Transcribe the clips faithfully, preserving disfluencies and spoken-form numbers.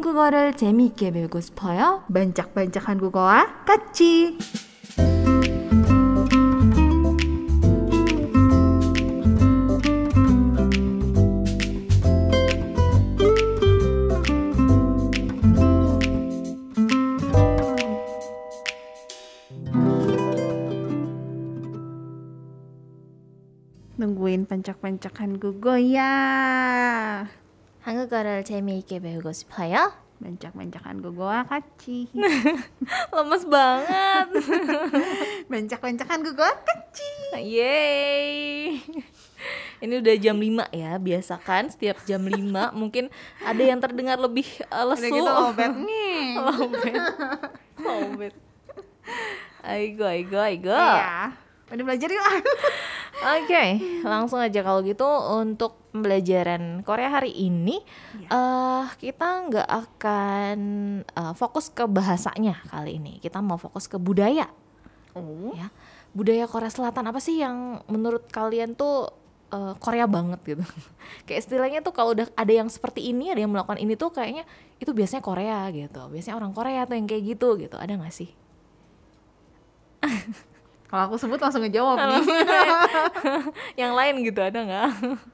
한국어를 재미있게 배우고 싶어요? 반짝반짝 한국어와 같이! Nungguin pancak-pancak 한국어 ya. 한국어를 재미있게 배우고 싶어요? Bancak-bancak 한국어와 같이. Lemes banget. Bancak-bancak 한국어와 같이. Yeay. Ini udah jam lima ya. Biasa kan setiap jam lima mungkin ada yang terdengar lebih uh, lesu. Udah gitu lobet nih. Lobet. Lobet. Aigo, aigo, aigo. Iya. Udah belajar yuk. Oke, okay, langsung aja kalau gitu untuk pembelajaran Korea hari ini ya. uh, kita nggak akan uh, fokus ke bahasanya kali ini. Kita mau fokus ke budaya. Oh. Ya, budaya Korea Selatan apa sih yang menurut kalian tuh uh, Korea banget gitu? Kayak istilahnya tuh kalau udah ada yang seperti ini, ada yang melakukan ini tuh kayaknya itu biasanya Korea gitu. Biasanya orang Korea tuh yang kayak gitu gitu. Ada nggak sih? Kalau aku sebut langsung ngejawab nih. Yang lain gitu ada nggak?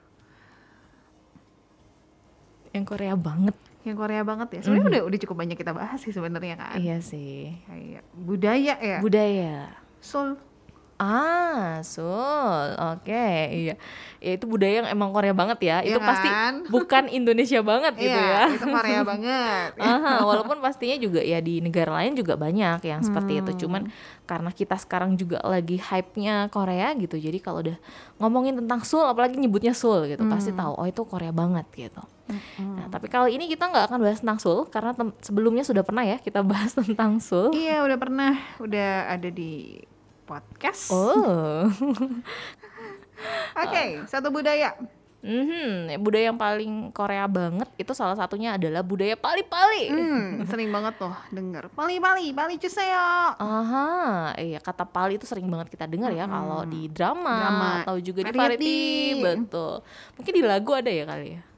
Yang Korea banget. Yang Korea banget ya. Sebenarnya mm-hmm. udah udah cukup banyak kita bahas sih sebenarnya kan. Iya sih. Kayak budaya ya. Budaya. Seoul. Ah, Seoul. Oke, okay, iya. Ya itu budaya yang emang Korea banget ya. Iya itu kan? Pasti bukan Indonesia banget gitu iya, ya. Itu Korea banget. Aha, walaupun pastinya juga ya di negara lain juga banyak yang seperti hmm. itu. Cuman karena kita sekarang juga lagi hype-nya Korea gitu. Jadi kalau udah ngomongin tentang Seoul, apalagi nyebutnya Seoul gitu, hmm. pasti tahu oh itu Korea banget gitu. Hmm. Nah, tapi kali ini kita nggak akan bahas tentang Seoul karena tem- sebelumnya sudah pernah ya kita bahas tentang Seoul. Iya, udah pernah. Udah ada di podcast. Oh. Oke, okay, satu budaya. Mm-hmm. Budaya yang paling Korea banget itu salah satunya adalah budaya pali-pali. Hmm, sering banget tuh denger pali-pali, pali cuseyo. Aha, iya kata pali itu sering banget kita dengar ya hmm. kalau di drama, drama atau juga variety. Di variety, betul. Mungkin di lagu ada ya kali ya.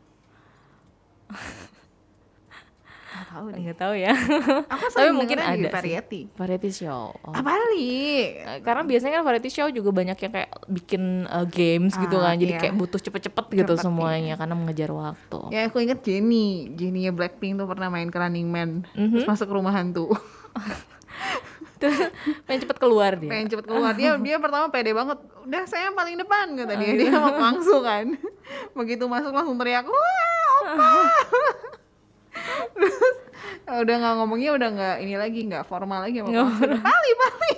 Nggak tahu deh. Nggak tahu ya. Aku tapi mungkin ada di sih. variety. Variety show. Oh. Apalagi? Karena biasanya kan variety show juga banyak yang kayak bikin uh, games ah, gitu kan. Jadi iya. kayak butuh cepet-cepet gitu cepet, semuanya iya. karena mengejar waktu. Ya aku inget Jennie, Jennie Blackpink tuh pernah main ke Running Man, mm-hmm. terus masuk rumah hantu. Terus pengen cepet keluar dia. Pengen cepet keluar dia dia pertama pede banget. Udah saya yang paling depan kata dia. Dia mau langsung kan. Begitu masuk langsung teriak, "Wah, opa!" Terus udah nggak ngomongnya udah nggak ini lagi nggak formal lagi mau pali pali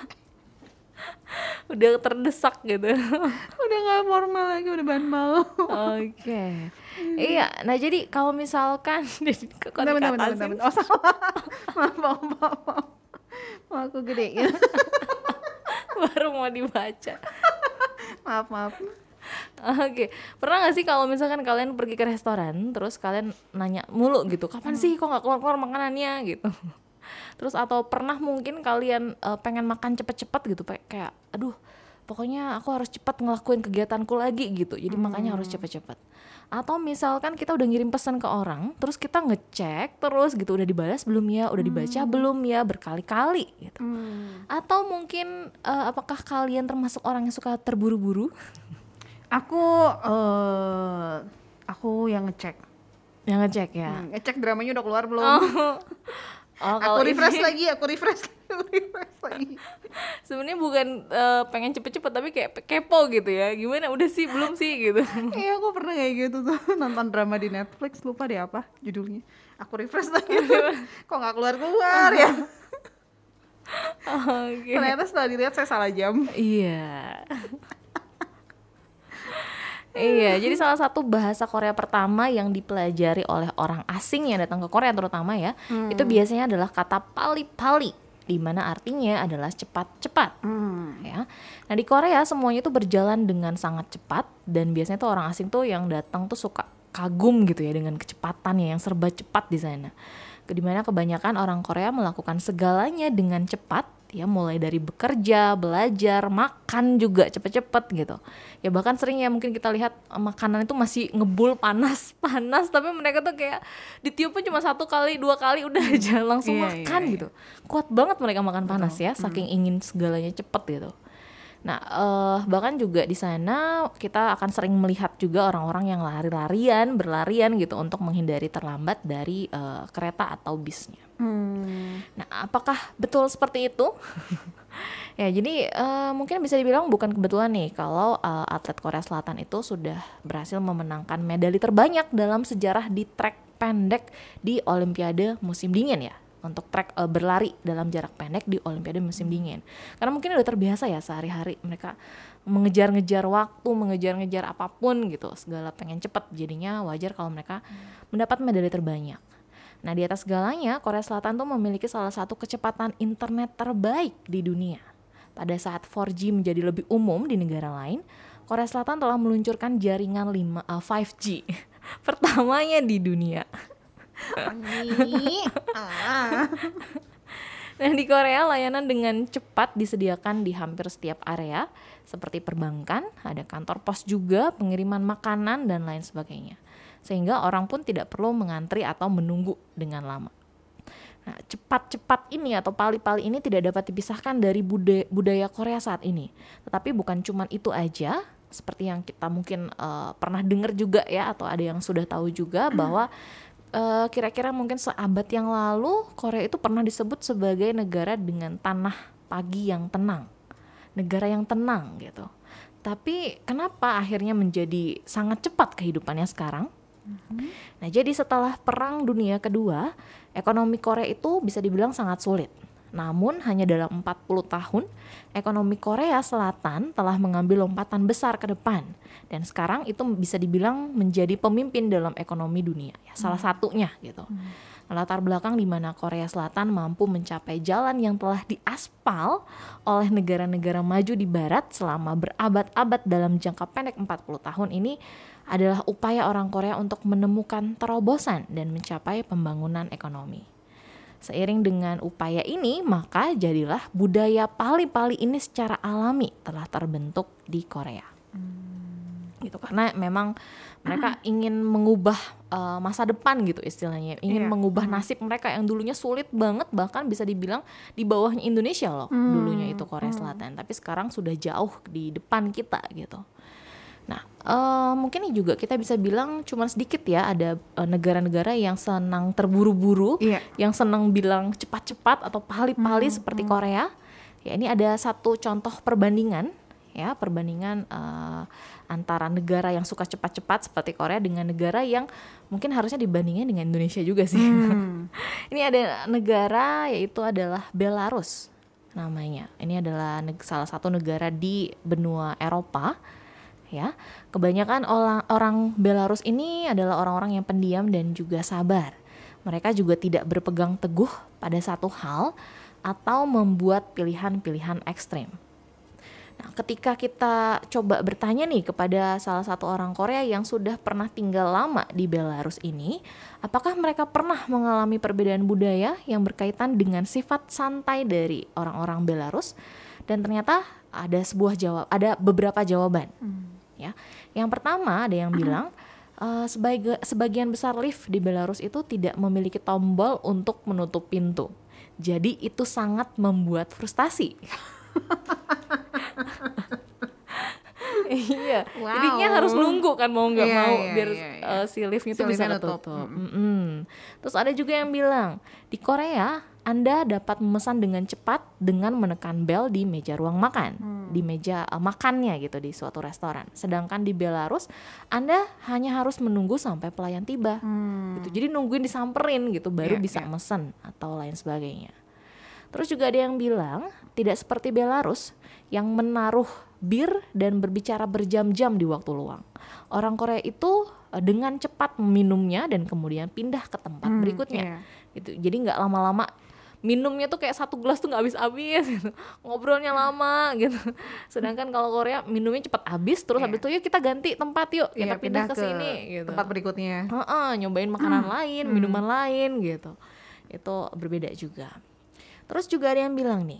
udah terdesak gitu udah nggak formal lagi udah ban mau. Oke okay. Iya nah jadi kalau misalkan kok dikatasin oh salah maaf maaf maaf mau aku gedein baru mau dibaca maaf maaf. Oke, okay. Pernah gak sih kalau misalkan kalian pergi ke restoran, terus kalian nanya mulu gitu, kapan hmm. sih kok gak keluar-keluar makanannya gitu. Terus atau pernah mungkin kalian uh, pengen makan cepet-cepet gitu, kayak aduh pokoknya aku harus cepat ngelakuin kegiatanku lagi gitu, jadi hmm. makanya harus cepet-cepet. Atau misalkan kita udah ngirim pesan ke orang, terus kita ngecek terus gitu, udah dibalas belum ya, udah dibaca hmm. belum ya, berkali-kali gitu. Hmm. Atau mungkin uh, apakah kalian termasuk orang yang suka terburu-buru? Aku uh, aku yang ngecek. Yang ngecek ya. Hmm, ngecek dramanya udah keluar belum? Oh. Oh, aku refresh ini... lagi, aku refresh, refresh lagi. Sebenarnya bukan uh, pengen cepet-cepet tapi kayak kepo gitu ya. Gimana udah sih belum sih gitu. Iya, aku pernah kayak gitu tuh nonton drama di Netflix, lupa deh apa judulnya. Aku refresh lagi. Kok nggak keluar-keluar ya? Okay. Ternyata setelah dilihat saya salah jam. Iya. Iya, jadi salah satu bahasa Korea pertama yang dipelajari oleh orang asing yang datang ke Korea terutama ya, hmm. itu biasanya adalah kata pali-pali, di mana artinya adalah cepat-cepat. Hmm. Ya. Nah di Korea semuanya itu berjalan dengan sangat cepat dan biasanya tuh orang asing tuh yang datang tuh suka kagum gitu ya dengan kecepatannya yang serba cepat di sana. Dimana kebanyakan orang Korea melakukan segalanya dengan cepat ya, mulai dari bekerja, belajar, makan juga cepet-cepet gitu. Ya bahkan sering ya mungkin kita lihat eh, makanan itu masih ngebul panas-panas, tapi mereka tuh kayak ditiupnya cuma satu kali, dua kali udah aja langsung Iya, makan iya, gitu. Kuat banget mereka makan panas Betul. ya, saking ingin segalanya cepet gitu. Nah, eh, bahkan juga di sana kita akan sering melihat juga orang-orang yang lari-larian, berlarian gitu untuk menghindari terlambat dari eh, kereta atau bisnya. Hmm. Nah, apakah betul seperti itu? Ya, jadi eh, mungkin bisa dibilang bukan kebetulan nih kalau eh, atlet Korea Selatan itu sudah berhasil memenangkan medali terbanyak dalam sejarah di trek pendek di Olimpiade musim dingin ya. Untuk trek uh, berlari dalam jarak pendek di Olimpiade musim dingin. Karena mungkin udah terbiasa ya sehari-hari mereka mengejar-ngejar waktu, mengejar-ngejar apapun gitu, segala pengen cepet, jadinya wajar kalau mereka hmm. mendapat medali terbanyak. Nah, di atas segalanya Korea Selatan tuh memiliki salah satu kecepatan internet terbaik di dunia. Pada saat four G menjadi lebih umum di negara lain, Korea Selatan telah meluncurkan jaringan lima, uh, five G pertamanya di dunia. ah. Nah, di Korea layanan dengan cepat disediakan di hampir setiap area seperti perbankan, ada kantor pos juga, pengiriman makanan dan lain sebagainya. Sehingga orang pun tidak perlu mengantri atau menunggu dengan lama. Nah, cepat-cepat ini atau pali-pali ini tidak dapat dipisahkan dari budaya, budaya Korea saat ini. Tetapi bukan cuma itu aja, seperti yang kita mungkin uh, pernah dengar juga ya, atau ada yang sudah tahu juga bahwa Uh, kira-kira mungkin seabad yang lalu Korea itu pernah disebut sebagai negara dengan tanah pagi yang tenang, negara yang tenang gitu. Tapi kenapa akhirnya menjadi sangat cepat kehidupannya sekarang? Mm-hmm. Nah, jadi setelah Perang Dunia Kedua, ekonomi Korea itu bisa dibilang sangat sulit. Namun hanya dalam empat puluh tahun, ekonomi Korea Selatan telah mengambil lompatan besar ke depan. Dan sekarang itu bisa dibilang menjadi pemimpin dalam ekonomi dunia. Ya, salah satunya gitu. Hmm. Latar belakang di mana Korea Selatan mampu mencapai jalan yang telah diaspal oleh negara-negara maju di barat selama berabad-abad dalam jangka pendek empat puluh tahun ini adalah upaya orang Korea untuk menemukan terobosan dan mencapai pembangunan ekonomi. Seiring dengan upaya ini, maka jadilah budaya pali-pali ini secara alami telah terbentuk di Korea. Hmm. Gitu, karena memang mereka ingin mengubah uh, masa depan gitu istilahnya, ingin yeah. mengubah nasib mereka yang dulunya sulit banget, bahkan bisa dibilang di bawahnya Indonesia loh hmm. dulunya itu Korea Selatan, hmm. tapi sekarang sudah jauh di depan kita gitu. Nah, uh, mungkin ini juga kita bisa bilang cuma sedikit ya, ada uh, negara-negara yang senang terburu-buru, yeah. yang senang bilang cepat-cepat atau pali-pali hmm, seperti hmm. Korea. Ya, ini ada satu contoh perbandingan, ya perbandingan uh, antara negara yang suka cepat-cepat seperti Korea dengan negara yang mungkin harusnya dibandingin dengan Indonesia juga sih. Hmm. Ini ada negara yaitu adalah Belarus namanya. Ini adalah neg- salah satu negara di benua Eropa. Ya, kebanyakan orang, orang Belarus ini adalah orang-orang yang pendiam dan juga sabar. Mereka juga tidak berpegang teguh pada satu hal atau membuat pilihan-pilihan ekstrem. Nah, ketika kita coba bertanya nih kepada salah satu orang Korea yang sudah pernah tinggal lama di Belarus ini, apakah mereka pernah mengalami perbedaan budaya yang berkaitan dengan sifat santai dari orang-orang Belarus? Dan ternyata ada sebuah jawab, ada beberapa jawaban. Hmm. Ya, yang pertama ada yang bilang uh, sebagai, sebagian besar lift di Belarus itu tidak memiliki tombol untuk menutup pintu. Jadi itu sangat membuat frustasi. Iya, wow. Jadinya harus nunggu kan mau nggak yeah, mau yeah, biar yeah, yeah. Uh, si liftnya itu bisa ketutup. Mm-hmm. Terus ada juga yang bilang di Korea Anda dapat memesan dengan cepat dengan menekan bel di meja ruang makan, hmm. di meja uh, makannya gitu di suatu restoran. Sedangkan di Belarus Anda hanya harus menunggu sampai pelayan tiba. Hmm. Gitu. Jadi nungguin disamperin gitu baru yeah, bisa yeah. mesen atau lain sebagainya. Terus juga ada yang bilang tidak seperti Belarus yang menaruh bir dan berbicara berjam-jam di waktu luang. Orang Korea itu uh, dengan cepat meminumnya dan kemudian pindah ke tempat hmm, berikutnya. Yeah. Gitu. Jadi nggak lama-lama minumnya tuh kayak satu gelas tuh nggak habis-habis gitu. Ngobrolnya lama gitu. Sedangkan kalau Korea minumnya cepat habis terus yeah. habis itu yuk kita ganti tempat yuk kita yeah, pindah, pindah ke sini gitu. Tempat berikutnya. Heeh, nyobain makanan hmm. lain, minuman hmm. lain gitu. Itu berbeda juga. Terus juga ada yang bilang nih,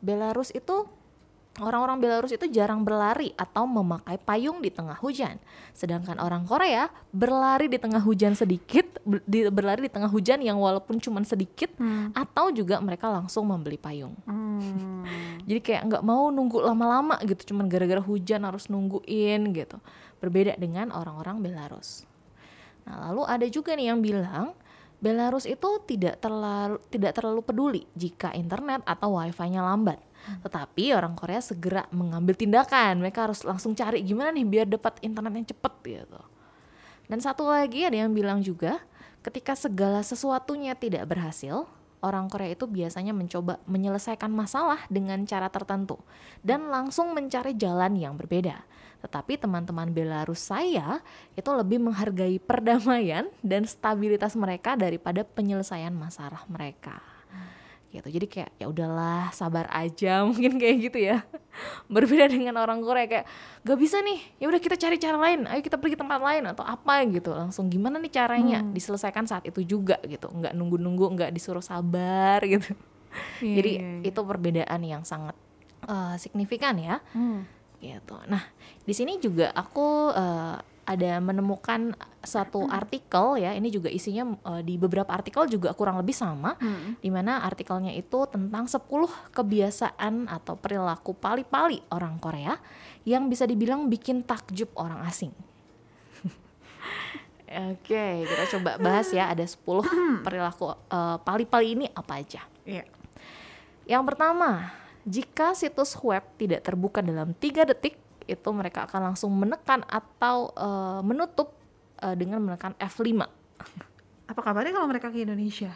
Belarus itu Orang-orang Belarus itu jarang berlari atau memakai payung di tengah hujan. Sedangkan orang Korea berlari di tengah hujan sedikit, di, berlari di tengah hujan yang walaupun cuma sedikit, hmm. atau juga mereka langsung membeli payung. Hmm. Jadi kayak nggak mau nunggu lama-lama gitu, cuman gara-gara hujan harus nungguin gitu. Berbeda dengan orang-orang Belarus. Nah, lalu ada juga nih yang bilang Belarus itu tidak terlalu tidak terlalu peduli jika internet atau wifi-nya lambat. Tetapi orang Korea segera mengambil tindakan. Mereka harus langsung cari gimana nih biar dapat internet yang cepet gitu. Dan satu lagi ada yang bilang juga, ketika segala sesuatunya tidak berhasil, orang Korea itu biasanya mencoba menyelesaikan masalah dengan cara tertentu dan langsung mencari jalan yang berbeda. Tetapi teman-teman Belarus saya itu lebih menghargai perdamaian dan stabilitas mereka daripada penyelesaian masalah mereka. Gitu. Jadi kayak ya udahlah, sabar aja, mungkin kayak gitu ya. Berbeda dengan orang Korea kayak gak bisa nih, ya udah kita cari cara lain, ayo kita pergi tempat lain atau apa gitu. Langsung gimana nih caranya hmm. diselesaikan saat itu juga gitu. Nggak nunggu-nunggu, nggak disuruh sabar gitu. Yeah, Jadi yeah, yeah. itu perbedaan yang sangat uh, signifikan ya. Hmm. Gitu. Nah, di sini juga aku uh, ada menemukan satu artikel ya, ini juga isinya uh, di beberapa artikel juga kurang lebih sama, hmm. di mana artikelnya itu tentang sepuluh kebiasaan atau perilaku pali-pali orang Korea yang bisa dibilang bikin takjub orang asing. Oke, kita coba bahas ya, ada sepuluh perilaku uh, pali-pali ini apa aja. Yeah. Yang pertama, jika situs web tidak terbuka dalam tiga detik, itu mereka akan langsung menekan atau uh, menutup uh, dengan menekan F lima. Apa kabarnya kalau mereka ke Indonesia?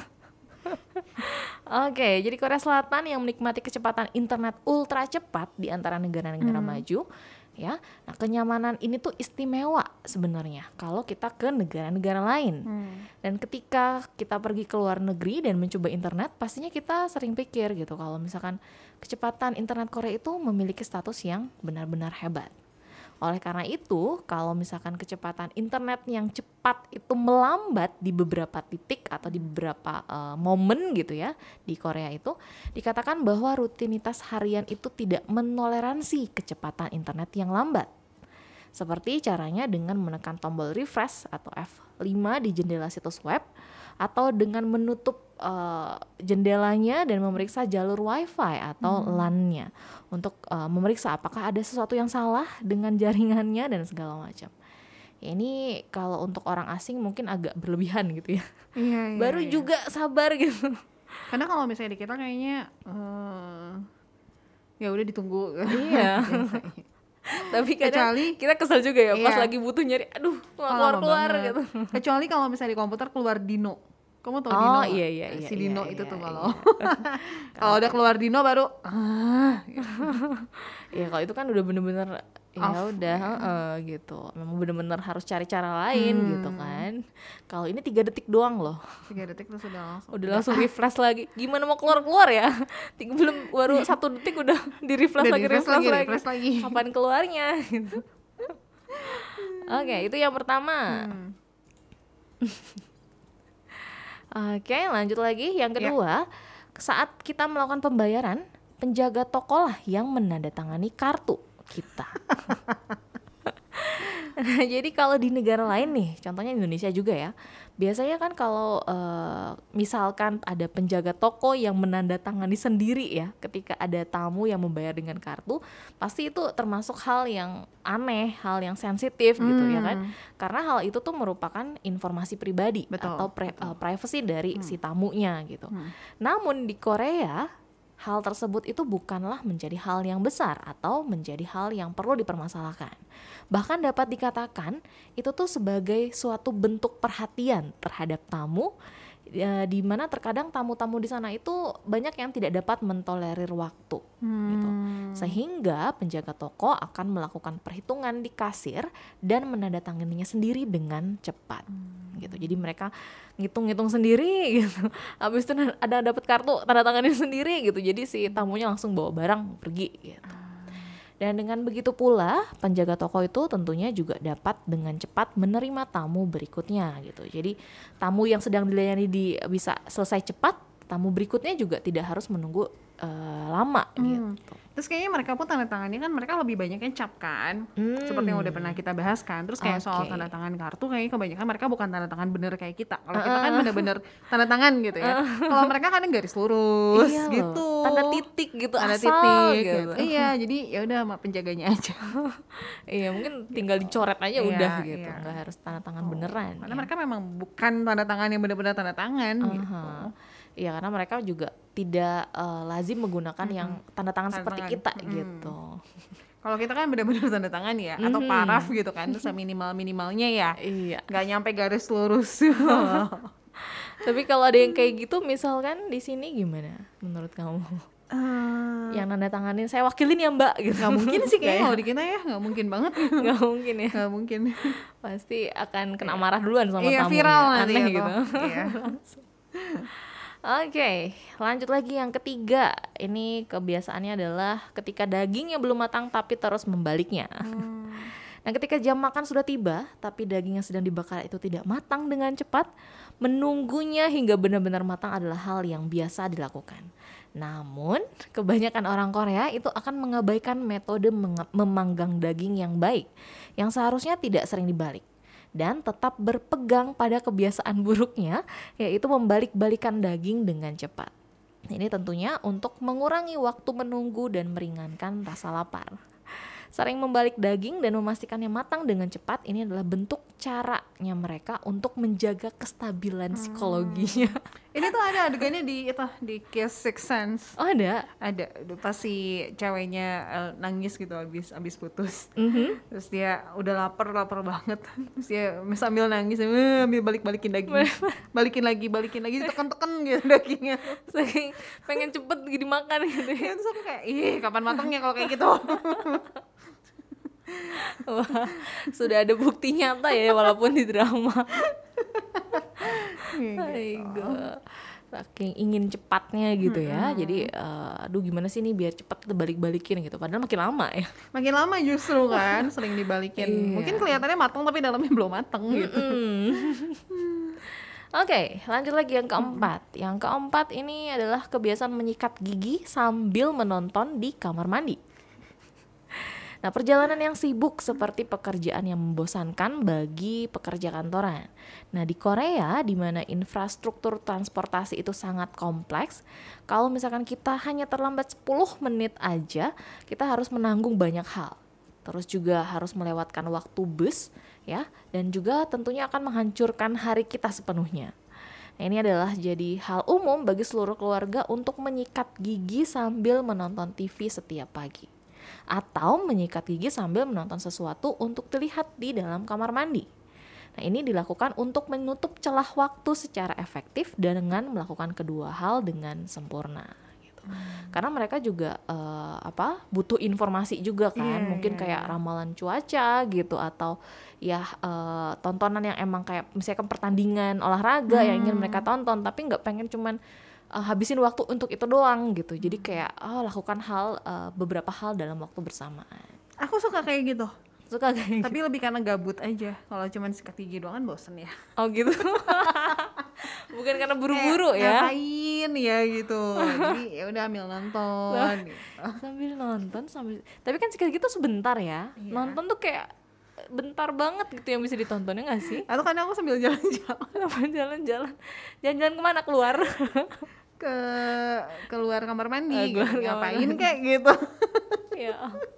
Oke, okay, jadi Korea Selatan yang menikmati kecepatan internet ultra cepat di antara negara-negara hmm. maju, ya. Nah, kenyamanan ini tuh istimewa sebenarnya kalau kita ke negara-negara lain. Hmm. Dan ketika kita pergi ke luar negeri dan mencoba internet, pastinya kita sering pikir gitu kalau misalkan kecepatan internet Korea itu memiliki status yang benar-benar hebat. Oleh karena itu, kalau misalkan kecepatan internet yang cepat itu melambat di beberapa titik atau di beberapa uh, momen gitu ya di Korea itu, dikatakan bahwa rutinitas harian itu tidak menoleransi kecepatan internet yang lambat. Seperti caranya dengan menekan tombol refresh atau F lima di jendela situs web, atau dengan menutup uh, jendelanya dan memeriksa jalur wifi atau hmm. LAN-nya untuk uh, memeriksa apakah ada sesuatu yang salah dengan jaringannya dan segala macam. Ya, ini kalau untuk orang asing mungkin agak berlebihan gitu ya. Iya, iya, Baru iya. juga sabar gitu. Karena kalau misalnya di kita kayaknya uh, ya udah ditunggu. Iya. Tapi kadang kecuali, kita kesel juga ya, iya. pas lagi butuh nyari, aduh keluar-keluar gitu. Kecuali kalau misalnya di komputer keluar Dino. Kamu tau oh, Dino? Iya, iya, iya, si Dino iya, itu iya, tuh iya. kalau kalau udah keluar Dino baru ah. Ya kalau itu kan udah bener-bener ya udah uh, gitu. Memang bener-bener harus cari cara lain hmm. gitu kan. Kalau ini tiga detik doang loh. Tiga detik terus udah langsung. Udah langsung refresh lagi. Gimana mau keluar-keluar ya? Tiga, belum baru satu detik udah di refresh lagi, refresh, refresh lagi, refresh lagi. Kapan keluarnya? Gitu. Oke, okay, itu yang pertama. Hmm. Oke, okay, lanjut lagi. Yang kedua, ya. Saat kita melakukan pembayaran, penjaga toko lah yang menandatangani kartu kita. Nah, jadi kalau di negara lain nih, contohnya Indonesia juga ya, biasanya kan kalau uh, misalkan ada penjaga toko yang menandatangani sendiri ya, ketika ada tamu yang membayar dengan kartu, pasti itu termasuk hal yang aneh, hal yang sensitif hmm. gitu ya kan, karena hal itu tuh merupakan informasi pribadi betul, atau pre, betul. Uh, privacy dari hmm. si tamunya gitu. Hmm. Namun di Korea, hal tersebut itu bukanlah menjadi hal yang besar atau menjadi hal yang perlu dipermasalahkan. Bahkan dapat dikatakan itu tuh sebagai suatu bentuk perhatian terhadap tamu, e, di mana terkadang tamu-tamu di sana itu banyak yang tidak dapat mentolerir waktu hmm. gitu. Sehingga penjaga toko akan melakukan perhitungan di kasir dan menandatanganinya sendiri dengan cepat hmm. gitu. Jadi mereka ngitung-ngitung sendiri gitu. Habis itu ada dapat kartu tanda tanganin sendiri gitu. Jadi si tamunya langsung bawa barang pergi gitu. Dan dengan begitu pula penjaga toko itu tentunya juga dapat dengan cepat menerima tamu berikutnya gitu. Jadi tamu yang sedang dilayani di bisa selesai cepat, tamu berikutnya juga tidak harus menunggu uh, lama Hmm. gitu. Terus kayaknya mereka pun tanda tangannya kan mereka lebih banyak yang cap kan, Hmm. seperti yang udah pernah kita bahas kan. Terus kayak soal Oke. tanda tangan kartu kayaknya kebanyakan mereka bukan tanda tangan bener kayak kita. Kalau kita kan bener-bener tanda tangan gitu ya. Kalau mereka kadang garis lurus Iya loh, gitu, tanda titik gitu, tanda asal titik gitu. gitu. Iya, jadi ya udah sama penjaganya aja. Iya, mungkin tinggal dicoret aja Iya, udah gitu, iya. nggak harus tanda tangan beneran. Karena ya. mereka memang bukan tanda tangan yang benar-benar tanda tangan gitu. Aha. Iya, karena mereka juga tidak uh, lazim menggunakan yang tanda tangan Tanda seperti tangan. kita Mm-mm. gitu. Kalau kita kan benar-benar tanda tangan ya, atau Mhm. paraf gitu kan, terus minimal minimalnya ya, Iya. nggak nyampe garis lurus. Tapi kalau ada yang kayak gitu, misalkan di sini gimana menurut kamu? Eh, Yang nanda tanganin saya wakilin ya Mbak gitu. nggak mungkin sih kayaknya Kayak kalau di kita ya, nggak mungkin banget. nggak mungkin ya. Nggak mungkin. Pasti akan kena marah duluan sama Iya, tamunya. viral nanti Aneh ya, gitu. toh. Iya. Oke, lanjut lagi yang ketiga. Ini kebiasaannya adalah ketika dagingnya belum matang tapi terus membaliknya. Hmm. Nah, ketika jam makan sudah tiba tapi daging yang sedang dibakar itu tidak matang dengan cepat, menunggunya hingga benar-benar matang adalah hal yang biasa dilakukan. Namun, kebanyakan orang Korea itu akan mengabaikan metode menge- memanggang daging yang baik, yang seharusnya tidak sering dibalik, dan tetap berpegang pada kebiasaan buruknya, yaitu membalik-balikan daging dengan cepat. Ini tentunya untuk mengurangi waktu menunggu dan meringankan rasa lapar. Sering membalik daging dan memastikannya matang dengan cepat, ini adalah bentuk caranya mereka untuk menjaga kestabilan psikologinya. Ini tuh ada adegannya di itu di Kiss Six Sense. Oh, ada? Ada pas si ceweknya eh, nangis gitu abis abis putus. Mhm. Terus dia udah lapar lapar banget. Terus dia sambil nangis eh, ambil balik balikin daging. Balikin lagi balikin lagi tekan-tekan gitu dagingnya. Saking pengen cepet dimakan gitu ya. Ya, terus aku kayak ih kapan matangnya kalau kayak gitu. Wah, sudah ada bukti nyata ya walaupun di drama. Aigoo. Saking ingin cepatnya gitu ya. Jadi eh, aduh gimana sih nih biar cepet kita balik-balikin gitu. Padahal makin lama ya. Makin lama justru kan sering dibalikin. Iya. Mungkin kelihatannya matang tapi dalamnya belum matang gitu. Mm. Oke, lanjut lagi yang keempat. Yang keempat ini adalah kebiasaan menyikat gigi sambil menonton di kamar mandi. Nah, perjalanan yang sibuk seperti pekerjaan yang membosankan bagi pekerja kantoran. Nah, di Korea, di mana infrastruktur transportasi itu sangat kompleks, kalau misalkan kita hanya terlambat sepuluh menit aja, kita harus menanggung banyak hal. Terus juga harus melewatkan waktu bus, ya, dan juga tentunya akan menghancurkan hari kita sepenuhnya. Nah, ini adalah jadi hal umum bagi seluruh keluarga untuk menyikat gigi sambil menonton T V setiap pagi. Atau menyikat gigi sambil menonton sesuatu untuk dilihat di dalam kamar mandi. Nah, ini dilakukan untuk menutup celah waktu secara efektif dan dengan melakukan kedua hal dengan sempurna. Gitu. Hmm. Karena mereka juga uh, apa butuh informasi juga kan, Yeah, mungkin yeah, kayak ramalan cuaca gitu atau ya uh, tontonan yang emang kayak misalkan pertandingan olahraga hmm. yang ingin mereka tonton, tapi nggak pengen cuman Uh, habisin waktu untuk itu doang gitu. Jadi kayak oh, lakukan hal uh, beberapa hal dalam waktu bersamaan. Aku suka kayak gitu. Suka kayak Tapi lebih karena gabut aja. Kalau cuma sikat gigi doang kan bosen ya. Oh gitu. Bukan karena buru-buru Kayak, ya. Ngapain ya gitu. Jadi ya udah ambil nonton gitu. Sambil nonton sambil. Tapi kan sikat gitu sebentar ya. Iya. Nonton tuh kayak bentar banget gitu yang bisa ditontonnya nggak sih? Atau kadang aku sambil jalan-jalan Apa jalan-jalan? Jalan-jalan kemana keluar? ke keluar kamar mandi Eh, gitu. keluar kamar Ngapain mandi. kayak gitu. Ya.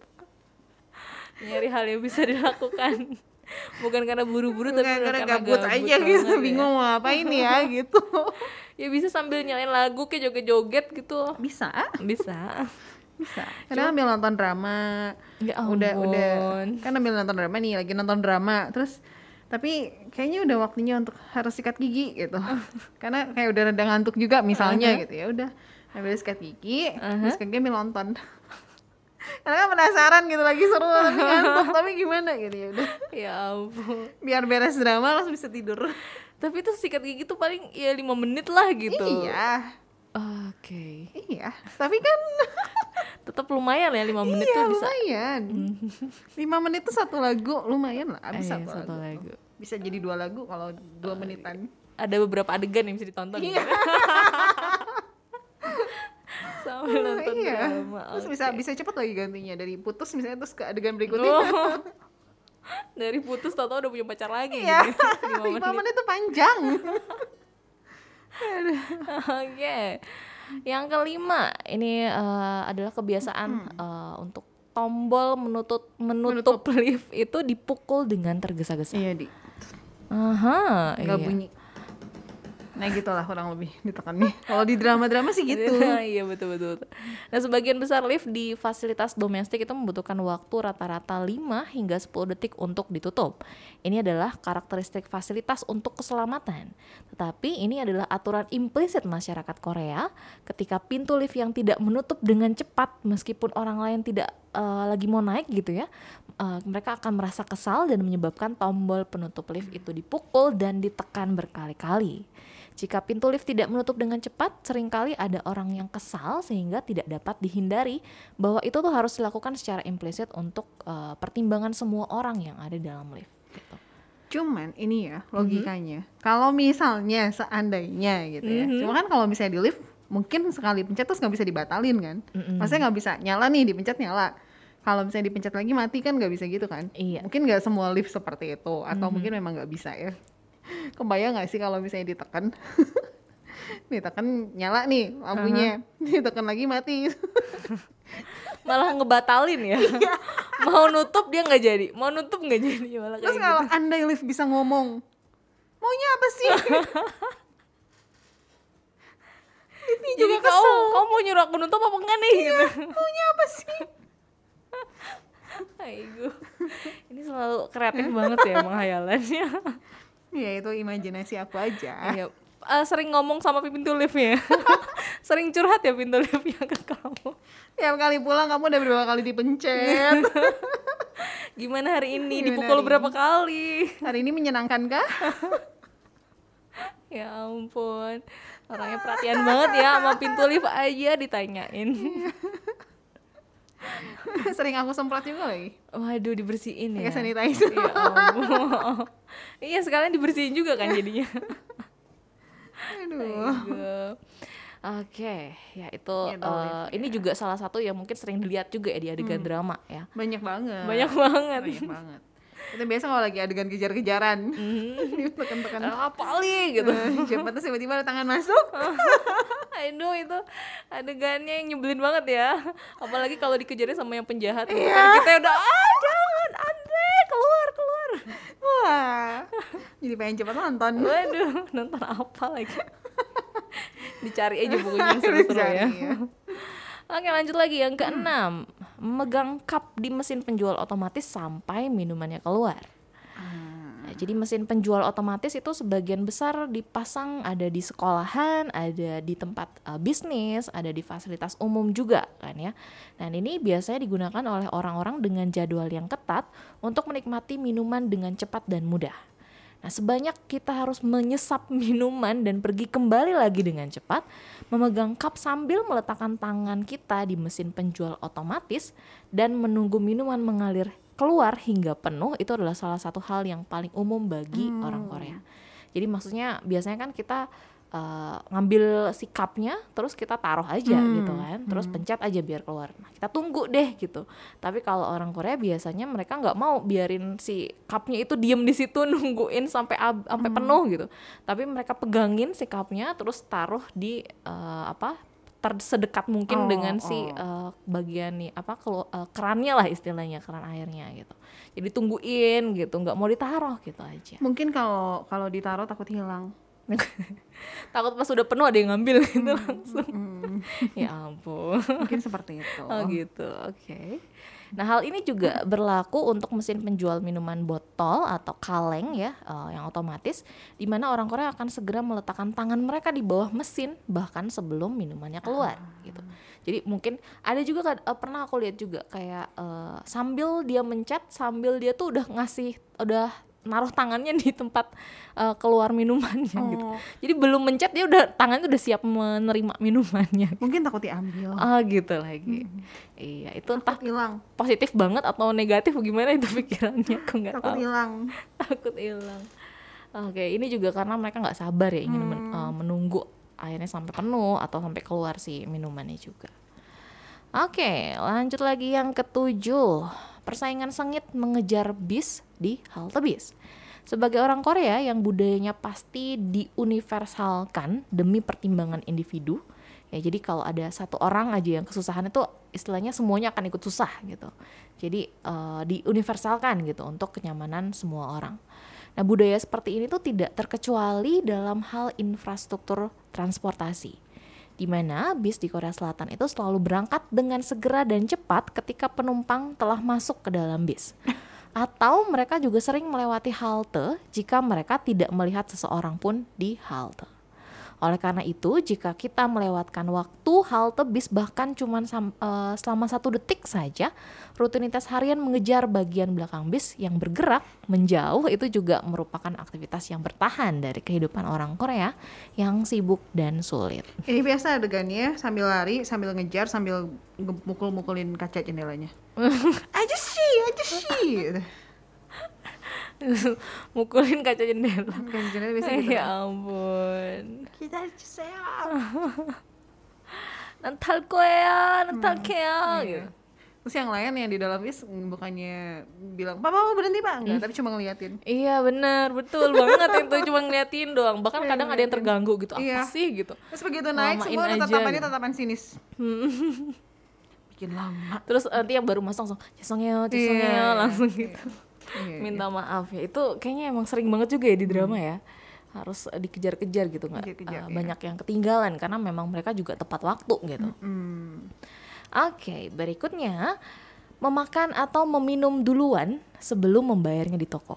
Nyari hal yang bisa dilakukan. Bukan karena buru-buru tapi Bukan karena karena gabut aja gitu, banget ya. bingung mau ngapain ya gitu. Ya bisa sambil nyalain lagu kayak joget-joget gitu. Bisa, Bisa. bisa. Kadang ambil nonton drama. Ya Udah udah ampun. kan ambil nonton drama nih, lagi nonton drama. Terus tapi kayaknya udah waktunya untuk harus sikat gigi gitu. Karena kayak udah rada ngantuk juga misalnya Uh-huh. gitu ya. Udah ambil sikat gigi, Uh-huh. terus sikat gigi ambil nonton. Karena kan penasaran gitu, lagi seru tapi ngantuk, tapi gimana gitu ya udah. Ya ampun. Biar beres drama langsung bisa tidur. Tapi tuh sikat gigi tuh paling ya lima menit lah gitu. Iya. Oke. Iya. Tapi kan Tetap lumayan ya lima menit iya, tuh bisa. lumayan. lima menit tuh satu lagu lumayan lah, habis Eh, satu, satu lagu. lagu. Bisa jadi dua lagu kalau dua menitan. Ada beberapa adegan yang bisa ditonton. Iya. Gitu. Sambil nonton Iya. drama. Terus bisa Oke. bisa cepet lagi gantinya dari putus misalnya terus ke adegan berikutnya. Oh, dari putus tau-tau udah punya pacar lagi Iya. gitu ya. lima lima menit. menit itu panjang. Oke. Yang kelima, ini eh, adalah kebiasaan eh, untuk tombol menutup menutup lift itu dipukul dengan tergesa-gesa. Iya, Di. Aha, Nggak iya. bunyi. Nah gitulah kurang lebih ditekannya. Kalau di drama-drama sih gitu. Iya betul, betul betul. Nah sebagian besar lift di fasilitas domestik itu membutuhkan waktu rata-rata lima hingga sepuluh detik untuk ditutup. Ini adalah karakteristik fasilitas untuk keselamatan. Tetapi ini adalah aturan implisit masyarakat Korea ketika pintu lift yang tidak menutup dengan cepat meskipun orang lain tidak uh, lagi mau naik gitu ya. Uh, mereka akan merasa kesal dan menyebabkan tombol penutup lift itu dipukul dan ditekan berkali-kali. Jika pintu lift tidak menutup dengan cepat, seringkali ada orang yang kesal sehingga tidak dapat dihindari bahwa itu tuh harus dilakukan secara implisit untuk uh, pertimbangan semua orang yang ada dalam lift. Gitu. Cuman ini ya logikanya. Mm-hmm. Kalau misalnya seandainya gitu ya. Mm-hmm. Cuma kan kalau misalnya di lift mungkin sekali pencet terus nggak bisa dibatalin kan. Mm-hmm. Maksudnya nggak bisa nyala nih dipencet nyala. Kalau misalnya dipencet lagi mati kan nggak bisa gitu kan. Iya. Mungkin nggak semua lift seperti itu atau Mm-hmm. mungkin memang nggak bisa ya. Kebayang gak sih kalau misalnya ditekan ditekan nyala nih lampunya, uh-huh. ditekan lagi mati. Malah ngebatalin ya. Mau nutup dia nggak jadi, mau nutup nggak jadi malah kayak. Terus kalau gitu. Andai lift bisa ngomong, maunya apa sih? Liftnya juga jadi kesel. Kau, kau mau nyuruh aku nutup apa enggak nih? Iya, gitu. Maunya apa sih? Aigu. Ini selalu kreatif banget ya menghayalannya. Ya itu imajinasi aku aja. Iya. Uh, sering ngomong sama pintu liftnya. Sering curhat ya pintu liftnya ke kamu. Tiap kali pulang kamu udah berapa kali dipencet. Gimana hari ini? Gimana Dipukul hari berapa ini? kali? Hari ini menyenangkan kah? Ya ampun. Orangnya perhatian banget ya sama pintu lift aja ditanyain. Sering aku semprot juga lagi. Waduh, dibersihin ya. Pakai sanitizer. Ya ampun. Iya, sekalian dibersihin juga kan jadinya. Aduh. Oke, ya itu Ya, uh, ya. ini juga salah satu yang mungkin sering dilihat juga ya di adegan hmm. drama ya. Banyak banget. Banyak banget. Banyak banget. Itu biasa kalau lagi adegan kejar-kejaran. Mm. Tekan-tekan. Apa nih gitu. Uh, siapa tuh tiba-tiba ada tangan masuk. Aduh, itu adegannya yang nyebelin banget ya. Apalagi kalau dikejarnya sama yang penjahat. Iya. Kan kita udah ah jangan Andre keluar keluar. Wah. Jadi pengen cepat nonton. Waduh, nonton apa lagi? Dicari aja bukunya yang seru-seru ya. ya. Oke, lanjut lagi yang keenam, memegang cup di mesin penjual otomatis sampai minumannya keluar. Nah, jadi mesin penjual otomatis itu sebagian besar dipasang ada di sekolahan, ada di tempat uh, bisnis, ada di fasilitas umum juga kan ya. Dan ini biasanya digunakan oleh orang-orang dengan jadwal yang ketat untuk menikmati minuman dengan cepat dan mudah. Nah, sebanyak kita harus menyesap minuman dan pergi kembali lagi dengan cepat, memegang cup sambil meletakkan tangan kita di mesin penjual otomatis dan menunggu minuman mengalir keluar hingga penuh, itu adalah salah satu hal yang paling umum bagi hmm. orang Korea. Jadi maksudnya biasanya kan kita uh, ngambil si cupnya terus kita taruh aja hmm. gitu kan, terus hmm. pencet aja biar keluar. Nah, kita tunggu deh gitu. Tapi kalau orang Korea biasanya mereka nggak mau biarin si cupnya itu diem di situ nungguin sampai ab- sampai hmm. penuh gitu. Tapi mereka pegangin si cupnya terus taruh di uh, apa tersedekat mungkin oh, dengan oh. si uh, bagian nih apa kelu- uh, kerannya lah istilahnya, keran airnya gitu. Jadi tungguin gitu, nggak mau ditaruh gitu aja. Mungkin kalau kalau ditaruh takut hilang. Takut pas udah penuh ada yang ngambil gitu hmm, langsung. Hmm. Ya ampun. Mungkin seperti itu. Oh gitu, oke. Okay. Nah hal ini juga berlaku untuk mesin penjual minuman botol atau kaleng ya, uh, yang otomatis, di mana orang Korea akan segera meletakkan tangan mereka di bawah mesin bahkan sebelum minumannya keluar ah. gitu. Jadi mungkin ada juga uh, pernah aku lihat juga kayak uh, sambil dia mencet, sambil dia tuh udah ngasih, udah naruh tangannya di tempat uh, keluar minumannya oh. gitu. Jadi belum mencet dia udah tangannya udah siap menerima minumannya. Mungkin takut diambil. Ah gitu lagi. Hmm. Iya, itu entah hilang. Positif banget atau negatif gimana itu pikirannya, aku nggak tahu. Takut hilang. Takut hilang. Oke, ini juga karena mereka nggak sabar ya ingin hmm. men, uh, menunggu akhirnya sampai penuh atau sampai keluar si minumannya juga. Oke, lanjut lagi yang ketujuh. Persaingan sengit mengejar bis di halte bis. Sebagai orang Korea yang budayanya pasti diuniversalkan demi pertimbangan individu, ya jadi kalau ada satu orang aja yang kesusahan itu istilahnya semuanya akan ikut susah gitu. Jadi uh, diuniversalkan gitu untuk kenyamanan semua orang. Nah, budaya seperti ini tuh tidak terkecuali dalam hal infrastruktur transportasi, di mana bis di Korea Selatan itu selalu berangkat dengan segera dan cepat ketika penumpang telah masuk ke dalam bis. Atau mereka juga sering melewati halte jika mereka tidak melihat seseorang pun di halte. Oleh karena itu, jika kita melewatkan waktu halte bis bahkan cuma sam, uh, selama satu detik saja, rutinitas harian mengejar bagian belakang bis yang bergerak menjauh itu juga merupakan aktivitas yang bertahan dari kehidupan orang Korea yang sibuk dan sulit. Ini biasa adegannya sambil lari, sambil ngejar, sambil mukul-mukulin kaca jendelanya. Aja sih, aja sih. Mukulin kaca jendela. Kaca jendela biasa gitu. Ya ampun. Kita saya. Nantal koya, nantal kea. Gitu. Terus yang lain yang di dalam bis bukannya bilang, "Papa mau berhenti, Pak?" Enggak, hmm. tapi cuma ngeliatin. Iya, benar, betul banget itu cuma ngeliatin doang. Bahkan kadang ada yang terganggu gitu. Apa iya. sih gitu. Terus begitu naik semua tatapannya tatapan sinis. Bikin lama. Terus nanti yang baru masuk langsung, "Jesongnya, jesongnya," langsung gitu. Iya, minta iya. maaf ya. Itu kayaknya emang sering banget juga ya di drama hmm. ya. Harus dikejar-kejar gitu, nggak uh, banyak yang ketinggalan karena memang mereka juga tepat waktu gitu. Hmm. Oke, okay, berikutnya memakan atau meminum duluan sebelum membayarnya di toko.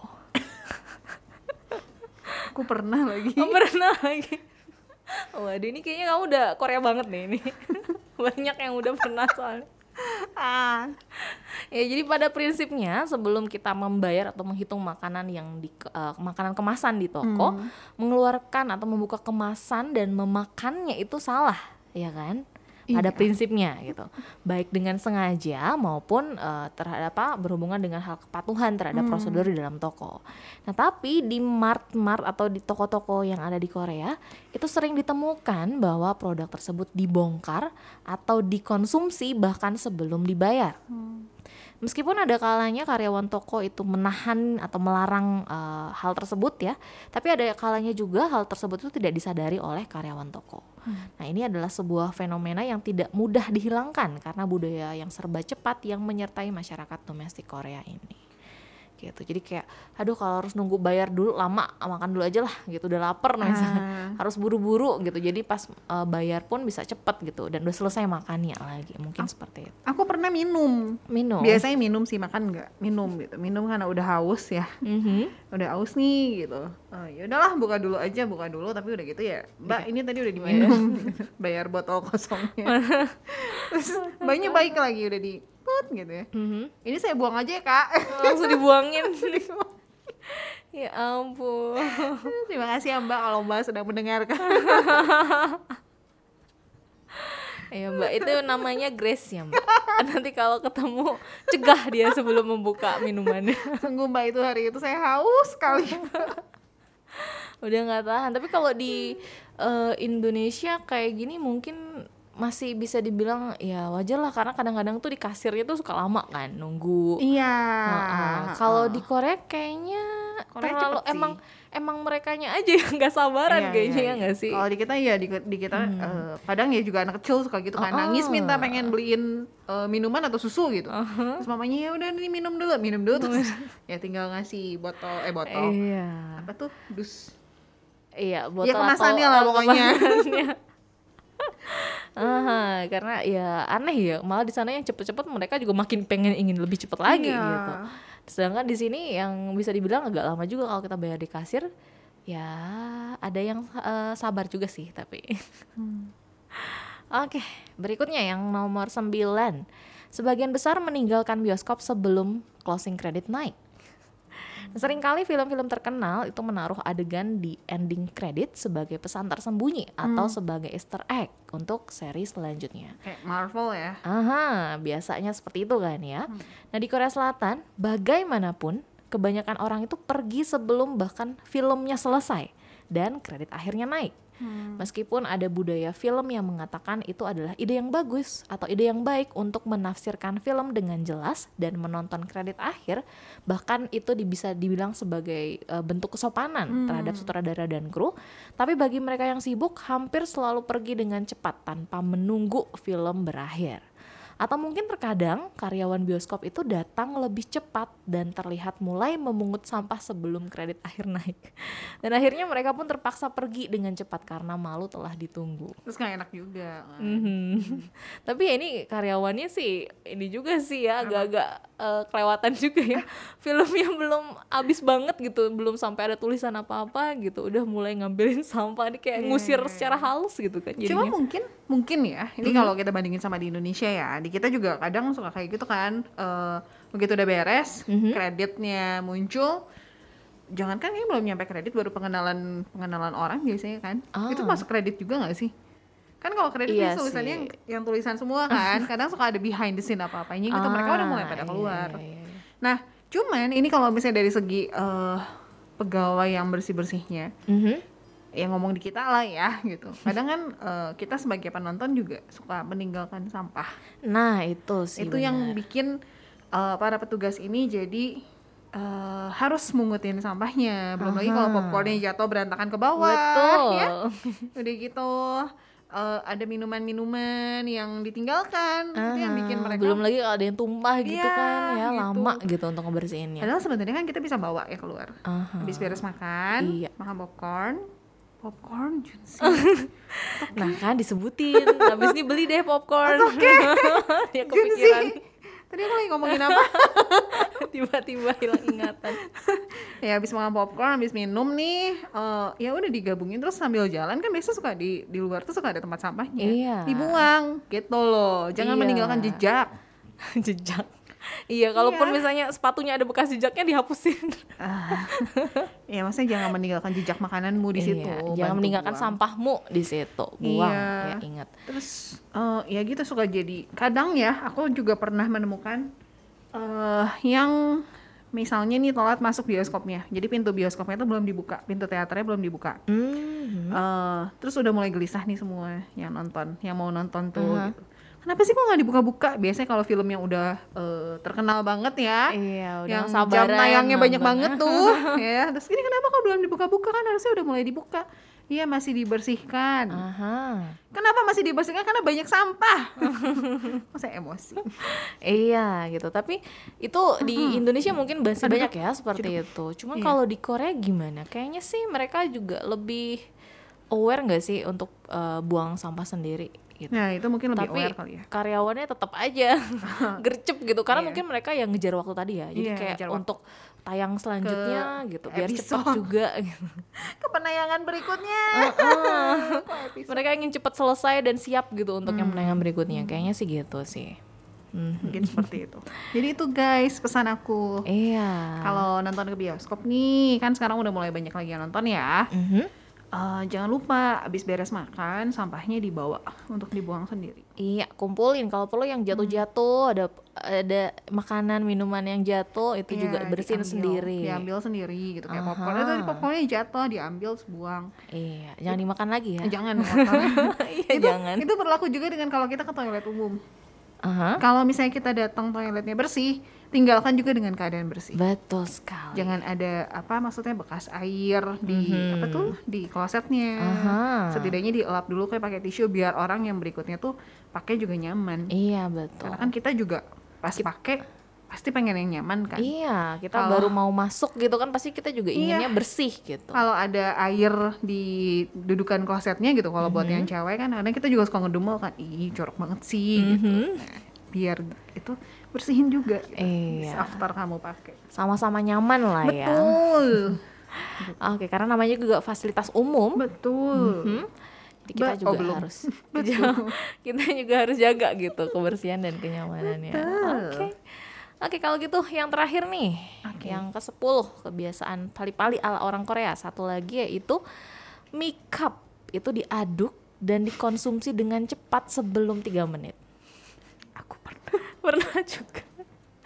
Aku pernah lagi. Oh, pernah lagi. Waduh, ini kayaknya kamu udah Korea banget nih ini. Banyak yang udah pernah soalnya. Ah. Ya, jadi pada prinsipnya sebelum kita membayar atau menghitung makanan yang di uh, makanan kemasan di toko, hmm. mengeluarkan atau membuka kemasan dan memakannya itu salah, ya kan? Pada iya. prinsipnya gitu. Baik dengan sengaja maupun uh, terhadap apa berhubungan dengan hal kepatuhan terhadap hmm. prosedur di dalam toko. Nah, tapi di mart-mart atau di toko-toko yang ada di Korea itu sering ditemukan bahwa produk tersebut dibongkar atau dikonsumsi bahkan sebelum dibayar. Hmm. Meskipun ada kalanya karyawan toko itu menahan atau melarang uh, hal tersebut ya, tapi ada kalanya juga hal tersebut itu tidak disadari oleh karyawan toko. Hmm. Nah, ini adalah sebuah fenomena yang tidak mudah dihilangkan karena budaya yang serba cepat yang menyertai masyarakat domestik Korea ini. Gitu. Jadi kayak aduh kalau harus nunggu bayar dulu lama, makan dulu aja lah gitu, udah lapar ah. misalnya. Harus buru-buru gitu. Jadi pas uh, bayar pun bisa cepet gitu dan udah selesai makannya lagi. Mungkin A- seperti itu. Aku pernah minum. Minum. Biasanya minum sih, makan enggak. Minum gitu. Minum karena udah haus ya. Mm-hmm. Udah haus nih gitu. Uh, ya udahlah buka dulu aja, buka dulu tapi udah gitu ya. Mbak, okay. ini tadi udah diminum. Bayar botol kosongnya. Terus mbaknya baik lagi udah di put gitu ya. Mm-hmm. Ini saya buang aja ya, Kak. Langsung dibuangin. Ya ampun. Terima kasih ya Mbak kalau Mbak sedang mendengarkan. Ya Mbak, itu namanya grace ya Mbak. Nanti kalau ketemu cegah dia sebelum membuka minumannya. Sungguh Mbak, itu hari itu saya haus sekali. Udah nggak tahan. Tapi kalau di uh, Indonesia kayak gini mungkin masih bisa dibilang ya wajar lah karena kadang-kadang tuh di kasirnya tuh suka lama kan nunggu. Iya. Uh-uh. Kalau di Korea kayaknya Korea terlalu emang emang merekanya aja yang nggak sabaran iya, kayaknya iya, ya nggak iya. sih. Kalau di kita ya di, di kita hmm. uh, kadang ya juga anak kecil suka gitu kan uh-uh. nangis minta pengen beliin uh, minuman atau susu gitu. Uh-huh. Terus mamanya ya udah nih minum dulu, minum dulu terus ya tinggal ngasih botol eh botol. Iya. Apa tuh? Dus. Iya, botol ya kemasannya lah pokoknya. Aha, karena ya aneh ya, malah di sana yang cepet-cepet mereka juga makin pengen ingin lebih cepet lagi iya. gitu. Sedangkan di sini yang bisa dibilang agak lama juga kalau kita bayar di kasir, ya ada yang uh, sabar juga sih tapi. Hmm. Oke, okay, berikutnya yang nomor sembilan. Sebagian besar meninggalkan bioskop sebelum closing credit naik. Seringkali film-film terkenal itu menaruh adegan di ending credit sebagai pesan tersembunyi atau hmm. sebagai easter egg untuk seri selanjutnya. Kayak Marvel ya. Aha, biasanya seperti itu kan ya. Hmm. Nah di Korea Selatan, bagaimanapun kebanyakan orang itu pergi sebelum bahkan filmnya selesai dan kredit akhirnya naik. Hmm. Meskipun ada budaya film yang mengatakan itu adalah ide yang bagus atau ide yang baik untuk menafsirkan film dengan jelas dan menonton kredit akhir, bahkan itu di- bisa dibilang sebagai uh, bentuk kesopanan Hmm. terhadap sutradara dan kru. Tapi bagi mereka yang sibuk, hampir selalu pergi dengan cepat tanpa menunggu film berakhir. Atau mungkin terkadang karyawan bioskop itu datang lebih cepat dan terlihat mulai memungut sampah sebelum kredit akhir naik. Dan akhirnya mereka pun terpaksa pergi dengan cepat karena malu telah ditunggu. Terus gak enak juga kan. Mhm. Tapi ya ini karyawannya sih ini juga sih ya agak-agak uh, kelewatan juga ya. Filmnya belum habis banget gitu, belum sampai ada tulisan apa-apa gitu, udah mulai ngambilin sampah, ini kayak Iya, ngusir iya, secara halus gitu kan Cuma jadinya. mungkin mungkin ya, ini kalau kita bandingin sama di Indonesia ya, di kita juga kadang suka kayak gitu kan. eh, begitu udah beres, Mhm. kreditnya muncul, jangankan ini belum nyampe kredit, baru pengenalan pengenalan orang biasanya kan, Ah. itu masuk kredit juga nggak sih? Kan kalau kredit Iya biasanya tulisannya sih. yang, yang tulisan semua kan, kadang suka ada behind the scene apa-apanya gitu, mereka udah mulai Ah, pada iya, keluar. iya, iya. Nah, cuman ini kalau misalnya dari segi eh, pegawai yang bersih-bersihnya, Mhm. yang ngomong di kita lah ya gitu. Kadang kan eh, kita sebagai penonton juga suka meninggalkan sampah. Nah itu sih Itu yang benar. bikin eh, para petugas ini jadi eh, harus mungutin sampahnya. Belum lagi kalau Aha. popcornnya jatuh berantakan ke bawah, Betul. ya. Udah gitu eh, ada minuman-minuman yang ditinggalkan. Itu yang bikin Aha, mereka. belum lagi kalau ada yang tumpah gitu Iya, kan ya, gitu. lama gitu untuk ngebersihinnya. Padahal sebenarnya kan kita bisa bawa ya keluar. Aha. Habis beres makan, Iya. makan popcorn. Popcorn Junsi. Nah kan disebutin, habis ini beli deh popcorn. Dia kepikiran, Junsi. Tadi aku lagi ngomongin apa? tiba-tiba hilang ingatan. Ya habis makan popcorn, habis minum nih, eh, ya udah digabungin terus sambil jalan kan biasa suka di di luar tuh suka ada tempat sampahnya. Iya. Dibuang gitu loh. Jangan Iya. meninggalkan jejak. Jejak. Iya, kalaupun Iya. misalnya sepatunya ada bekas jejaknya dihapusin. Ah. Ya maksudnya jangan meninggalkan jejak makananmu di situ. Iya, jangan bantu meninggalkan buang. sampahmu di situ. Buang, Iya. ya ingat. Terus eh, ya gitu suka jadi kadang ya aku juga pernah menemukan eh yang misalnya nih telat masuk bioskopnya. Jadi pintu bioskopnya itu belum dibuka, pintu teaternya belum dibuka. Mhm. Eh, terus udah mulai gelisah nih semua yang nonton, yang mau nonton tuh Aha. gitu. Kenapa sih kok nggak dibuka-buka? Biasanya kalau film yang udah eh, terkenal banget ya, Iya, udah yang nggak jam sabaran tayangnya banyak nonton. banget tuh, ya. Terus ini kenapa kok belum dibuka-buka, kan harusnya udah mulai dibuka. Iya masih dibersihkan. Aha. Kenapa masih dibersihkan? Karena banyak sampah. Kok saya emosi. Iya gitu, tapi itu di Indonesia mungkin masih Aduh, banyak ya seperti itu. Cuman Iya. kalau di Korea gimana? Kayaknya sih mereka juga lebih aware nggak sih untuk eh, buang sampah sendiri gitu. Nah itu mungkin lebih Tapi aware kali ya. karyawannya tetap aja gercep gitu karena Iya. mungkin mereka yang ngejar waktu tadi ya. Jadi Iya, kayak ngejar waktu. untuk tayang selanjutnya gitu biar cepat episode. juga gitu. Ke penayangan berikutnya. Kok episode? Mereka ingin cepat selesai dan siap gitu untuk yang Hmm. penayangan berikutnya. Kayaknya sih gitu sih. Mhm. Mungkin seperti itu. Jadi itu guys pesan aku. Iya. Kalau nonton ke bioskop nih, kan sekarang udah mulai banyak lagi yang nonton ya. Mhm. Eh, jangan lupa abis beres makan sampahnya dibawa untuk dibuang sendiri. Iya, kumpulin kalau perlu yang jatuh-jatuh, ada ada makanan, minuman yang jatuh itu juga Iya, bersihin diambil, sendiri. Diambil sendiri gitu kayak Aha. popcorn. Itu tadi popcornnya jatuh, diambil, buang. Iya, jangan dimakan lagi ya. Eh, jangan kotor. Iya, itu jangan. itu berlaku juga dengan kalau kita ke toilet umum. Aha. Kalau misalnya kita datang toiletnya bersih, tinggalkan juga dengan keadaan bersih. Betul sekali. Jangan ada apa maksudnya bekas air di Mhm. apa tuh di klosetnya. Aha. Setidaknya dielap dulu kayak pakai tisu biar orang yang berikutnya tuh pakai juga nyaman. Iya, betul. Karena kan kita juga pas pakai pasti pengen yang nyaman kan. Iya, kita Kalau- baru mau masuk gitu kan pasti kita juga inginnya Iya. bersih gitu. Kalau ada air di dudukan klosetnya gitu, kalau buat Mhm. yang cewek kan kadang kita juga suka ngedumel kan, ih jorok banget sih gitu. Mhm. Nah, biar itu bersihin juga gitu. Iya. After kamu pakai. Sama-sama nyaman lah ya. Betul. Oke, karena namanya juga fasilitas umum. Betul. Mhm. Jadi kita Ba- juga oh, belum. harus kita juga harus jaga gitu kebersihan dan kenyamanannya. Betul. Oke. Oke, kalau gitu yang terakhir nih, Oke. yang ke sepuluh kebiasaan pali-pali ala orang Korea. Satu lagi yaitu makeup itu diaduk dan dikonsumsi dengan cepat sebelum tiga menit. Aku pernah. Pernah juga.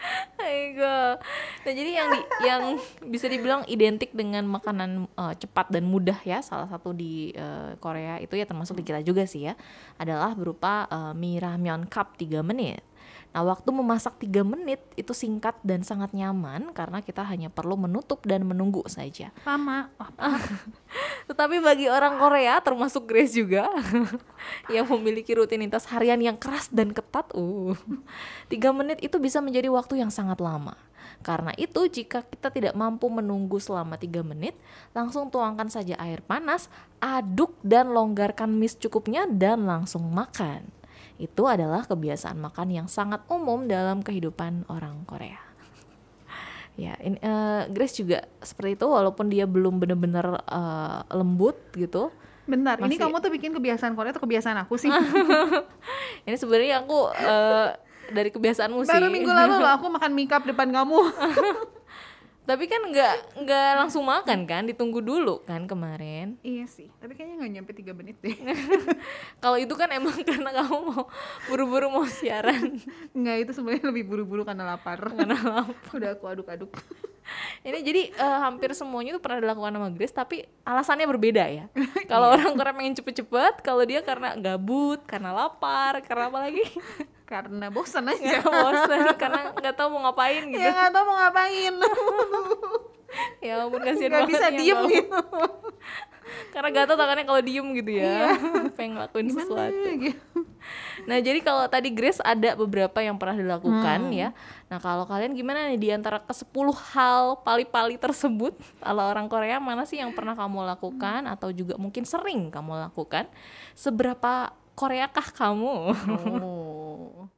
Aigoo. Nah, jadi yang di, yang bisa dibilang identik dengan makanan uh, cepat dan mudah ya, salah satu di uh, Korea itu ya, termasuk di kita juga sih ya, adalah berupa uh, mie ramyeon cup tiga menit. Nah, waktu memasak tiga menit itu singkat dan sangat nyaman karena kita hanya perlu menutup dan menunggu saja. Lama. Wah, Tetapi bagi orang Korea, termasuk Grace juga, yang memiliki rutinitas harian yang keras dan ketat, uh, tiga menit itu bisa menjadi waktu yang sangat lama. Karena itu, jika kita tidak mampu menunggu selama tiga menit, langsung tuangkan saja air panas, aduk dan longgarkan mie secukupnya dan langsung makan. Itu adalah kebiasaan makan yang sangat umum dalam kehidupan orang Korea. Ya, ini, uh, Grace juga seperti itu, walaupun dia belum benar-benar uh, lembut gitu. bentar, ini Masih- kamu tuh bikin kebiasaan Korea atau kebiasaan aku sih? Ini sebenarnya aku uh, dari kebiasaanmu sih. Baru minggu lalu loh aku makan mie cup depan kamu. Tapi kan nggak nggak langsung makan kan, ditunggu dulu kan kemarin. Iya sih, tapi kayaknya nggak nyampe tiga menit deh. Kalau itu kan emang karena kamu mau buru-buru mau siaran. Nggak, itu sebenarnya lebih buru-buru karena lapar. Karena lapar. Udah aku aduk-aduk. Ini jadi uh, hampir semuanya itu pernah dilakukan sama Grace, tapi alasannya berbeda ya. Kalau orang Korea pengen cepet-cepet, kalau dia karena gabut, karena lapar, karena apa lagi? Karena bosan aja. Ya bosan, karena nggak tahu mau ngapain gitu. Ya nggak tahu mau ngapain. Ya ampun, kasihan Nggak banget bisa ya, diem kamu. gitu. Karena gatel tangannya kalau diem gitu ya. Pengen ngelakuin Gimana sesuatu. gitu. Nah, jadi kalau tadi Grace ada beberapa yang pernah dilakukan Hmm. ya. Nah, kalau kalian gimana nih, di antara ke sepuluh hal pali-pali tersebut ala orang Korea, mana sih yang pernah kamu lakukan atau juga mungkin sering kamu lakukan? Seberapa Koreakah kamu? Oh.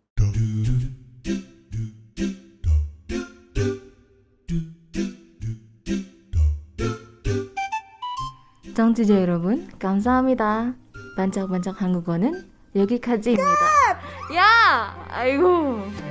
청취자 여러분, 감사합니다. 반짝반짝 한국어는 여기까지입니다. 야! 아이고.